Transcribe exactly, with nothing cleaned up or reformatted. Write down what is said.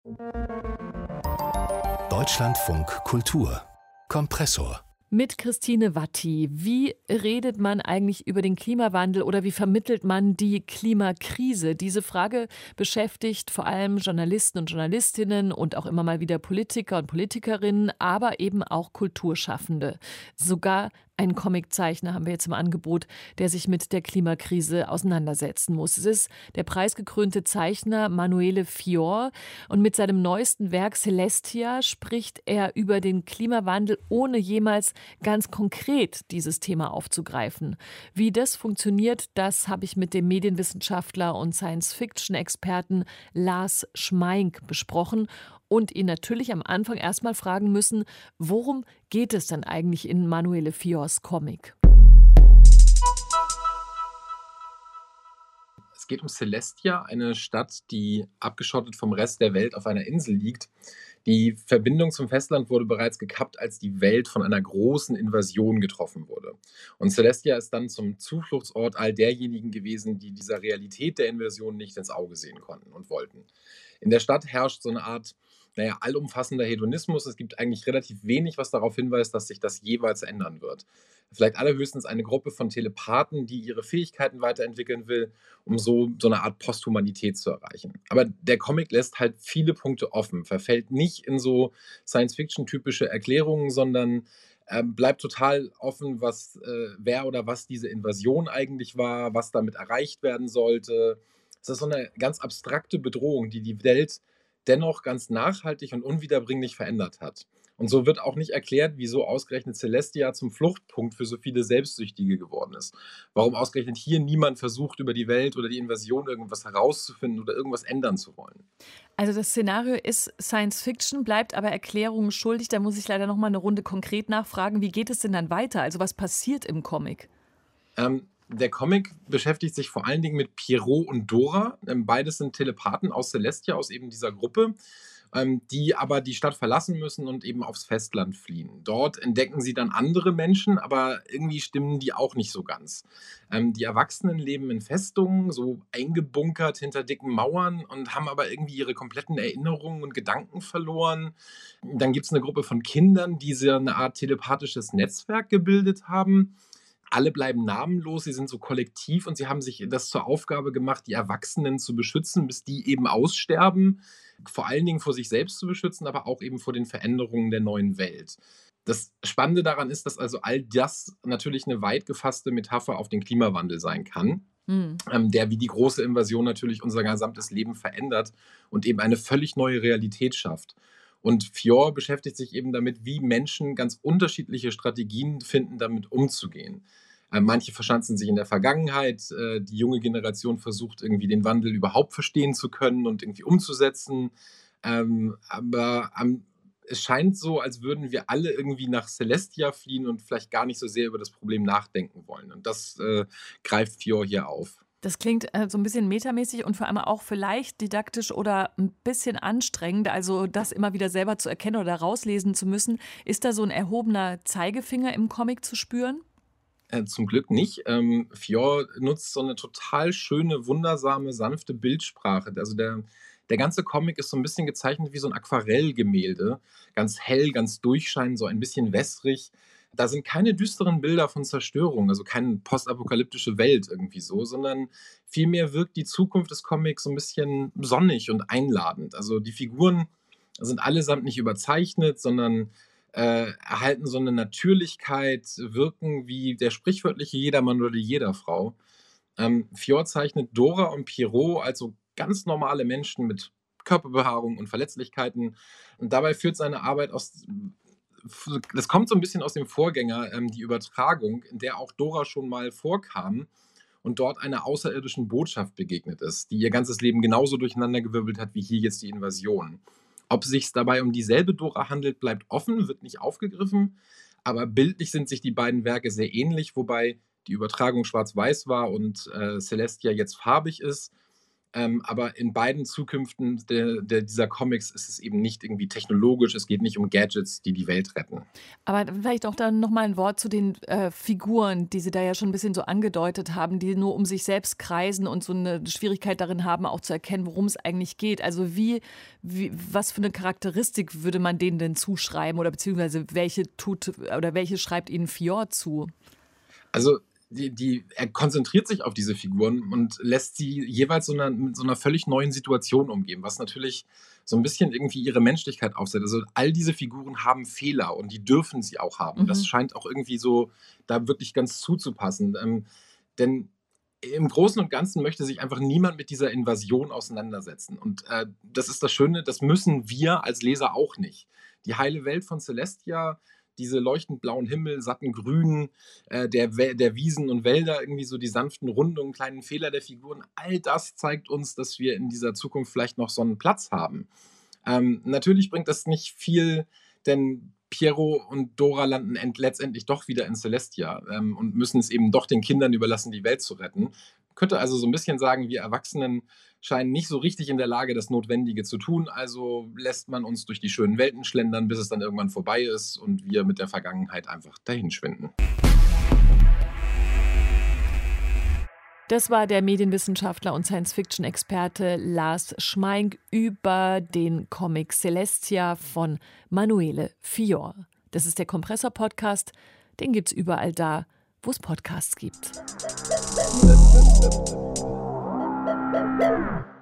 Deutschlandfunk Kultur Kompressor. Mit Christine Watti. Wie redet man eigentlich über den Klimawandel oder wie vermittelt man die Klimakrise? Diese Frage beschäftigt vor allem Journalisten und Journalistinnen und auch immer mal wieder Politiker und Politikerinnen, aber eben auch Kulturschaffende. Sogar ein Comiczeichner haben wir jetzt im Angebot, der sich mit der Klimakrise auseinandersetzen muss. Es ist der preisgekrönte Zeichner Manuele Fior und mit seinem neuesten Werk Celestia spricht er über den Klimawandel, ohne jemals ganz konkret dieses Thema aufzugreifen. Wie das funktioniert, das habe ich mit dem Medienwissenschaftler und Science-Fiction-Experten Lars Schmeink besprochen und ihn natürlich am Anfang erstmal fragen müssen, worum geht es denn eigentlich in Manuele Fiors Comic? Es geht um Celestia, eine Stadt, die abgeschottet vom Rest der Welt auf einer Insel liegt. Die Verbindung zum Festland wurde bereits gekappt, als die Welt von einer großen Invasion getroffen wurde. Und Celestia ist dann zum Zufluchtsort all derjenigen gewesen, die dieser Realität der Invasion nicht ins Auge sehen konnten und wollten. In der Stadt herrscht so eine Art, naja, allumfassender Hedonismus. Es gibt eigentlich relativ wenig, was darauf hinweist, dass sich das jeweils ändern wird. Vielleicht allerhöchstens eine Gruppe von Telepathen, die ihre Fähigkeiten weiterentwickeln will, um so, so eine Art Posthumanität zu erreichen. Aber der Comic lässt halt viele Punkte offen, verfällt nicht in so Science-Fiction-typische Erklärungen, sondern äh, bleibt total offen, was, äh, wer oder was diese Invasion eigentlich war, was damit erreicht werden sollte. Es ist so eine ganz abstrakte Bedrohung, die die Welt dennoch ganz nachhaltig und unwiederbringlich verändert hat. Und so wird auch nicht erklärt, wieso ausgerechnet Celestia zum Fluchtpunkt für so viele Selbstsüchtige geworden ist. Warum ausgerechnet hier niemand versucht, über die Welt oder die Invasion irgendwas herauszufinden oder irgendwas ändern zu wollen. Also das Szenario ist Science-Fiction, bleibt aber Erklärungen schuldig. Da muss ich leider noch mal eine Runde konkret nachfragen. Wie geht es denn dann weiter? Also was passiert im Comic? Ähm, Der Comic beschäftigt sich vor allen Dingen mit Pierrot und Dora. Ähm, beides sind Telepathen aus Celestia, aus eben dieser Gruppe, ähm, die aber die Stadt verlassen müssen und eben aufs Festland fliehen. Dort entdecken sie dann andere Menschen, aber irgendwie stimmen die auch nicht so ganz. Ähm, die Erwachsenen leben in Festungen, so eingebunkert hinter dicken Mauern und haben aber irgendwie ihre kompletten Erinnerungen und Gedanken verloren. Dann gibt es eine Gruppe von Kindern, die so eine Art telepathisches Netzwerk gebildet haben. Alle bleiben namenlos, sie sind so kollektiv und sie haben sich das zur Aufgabe gemacht, die Erwachsenen zu beschützen, bis die eben aussterben. Vor allen Dingen vor sich selbst zu beschützen, aber auch eben vor den Veränderungen der neuen Welt. Das Spannende daran ist, dass also all das natürlich eine weit gefasste Metapher auf den Klimawandel sein kann, Hm. ähm, der wie die große Invasion natürlich unser gesamtes Leben verändert und eben eine völlig neue Realität schafft. Und Fior beschäftigt sich eben damit, wie Menschen ganz unterschiedliche Strategien finden, damit umzugehen. Äh, manche verschanzen sich in der Vergangenheit, äh, die junge Generation versucht irgendwie den Wandel überhaupt verstehen zu können und irgendwie umzusetzen. Ähm, aber am, es scheint so, als würden wir alle irgendwie nach Celestia fliehen und vielleicht gar nicht so sehr über das Problem nachdenken wollen. Und das äh, greift Fior hier auf. Das klingt äh, so ein bisschen metamäßig und vor allem auch vielleicht didaktisch oder ein bisschen anstrengend. Also das immer wieder selber zu erkennen oder rauslesen zu müssen. Ist da so ein erhobener Zeigefinger im Comic zu spüren? Äh, zum Glück nicht. Ähm, Fior nutzt so eine total schöne, wundersame, sanfte Bildsprache. Also der, der ganze Comic ist so ein bisschen gezeichnet wie so ein Aquarellgemälde. Ganz hell, ganz durchscheinend, so ein bisschen wässrig. Da sind keine düsteren Bilder von Zerstörung, also keine postapokalyptische Welt irgendwie so, sondern vielmehr wirkt die Zukunft des Comics so ein bisschen sonnig und einladend. Also die Figuren sind allesamt nicht überzeichnet, sondern äh, erhalten so eine Natürlichkeit, wirken wie der sprichwörtliche Jedermann oder die Jederfrau. Ähm, Fior zeichnet Dora und Pierrot als so ganz normale Menschen mit Körperbehaarung und Verletzlichkeiten. Und dabei führt seine Arbeit aus. Das kommt so ein bisschen aus dem Vorgänger, ähm, die Übertragung, in der auch Dora schon mal vorkam und dort einer außerirdischen Botschaft begegnet ist, die ihr ganzes Leben genauso durcheinandergewirbelt hat wie hier jetzt die Invasion. Ob es sich dabei um dieselbe Dora handelt, bleibt offen, wird nicht aufgegriffen, aber bildlich sind sich die beiden Werke sehr ähnlich, wobei die Übertragung schwarz-weiß war und äh, Celestia jetzt farbig ist. Ähm, aber in beiden Zukünften der, der, dieser Comics ist es eben nicht irgendwie technologisch, es geht nicht um Gadgets, die die Welt retten. Aber vielleicht auch dann nochmal ein Wort zu den äh, Figuren, die Sie da ja schon ein bisschen so angedeutet haben, die nur um sich selbst kreisen und so eine Schwierigkeit darin haben, auch zu erkennen, worum es eigentlich geht. Also wie, wie, was für eine Charakteristik würde man denen denn zuschreiben oder beziehungsweise welche tut oder welche schreibt Ihnen Fjord zu? Also die, die, er konzentriert sich auf diese Figuren und lässt sie jeweils so einer, mit so einer völlig neuen Situation umgeben, was natürlich so ein bisschen irgendwie ihre Menschlichkeit aufsetzt. Also all diese Figuren haben Fehler und die dürfen sie auch haben. Und das Mhm. scheint auch irgendwie so da wirklich ganz zuzupassen. Ähm, denn im Großen und Ganzen möchte sich einfach niemand mit dieser Invasion auseinandersetzen. Und äh, das ist das Schöne, das müssen wir als Leser auch nicht. Die heile Welt von Celestia, diese leuchtend blauen Himmel, satten Grün, äh, der, Wä- der Wiesen und Wälder, irgendwie so die sanften Rundungen, kleinen Fehler der Figuren, all das zeigt uns, dass wir in dieser Zukunft vielleicht noch so einen Platz haben. Ähm, natürlich bringt das nicht viel, denn Piero und Dora landen end letztendlich doch wieder in Celestia ähm, und müssen es eben doch den Kindern überlassen, die Welt zu retten. Man könnte also so ein bisschen sagen, wir Erwachsenen scheinen nicht so richtig in der Lage, das Notwendige zu tun. Also lässt man uns durch die schönen Welten schlendern, bis es dann irgendwann vorbei ist und wir mit der Vergangenheit einfach dahinschwinden. Das war der Medienwissenschaftler und Science-Fiction-Experte Lars Schmeink über den Comic Celestia von Manuele Fjord. Das ist der Kompressor-Podcast. Den gibt's überall da, wo es Podcasts gibt.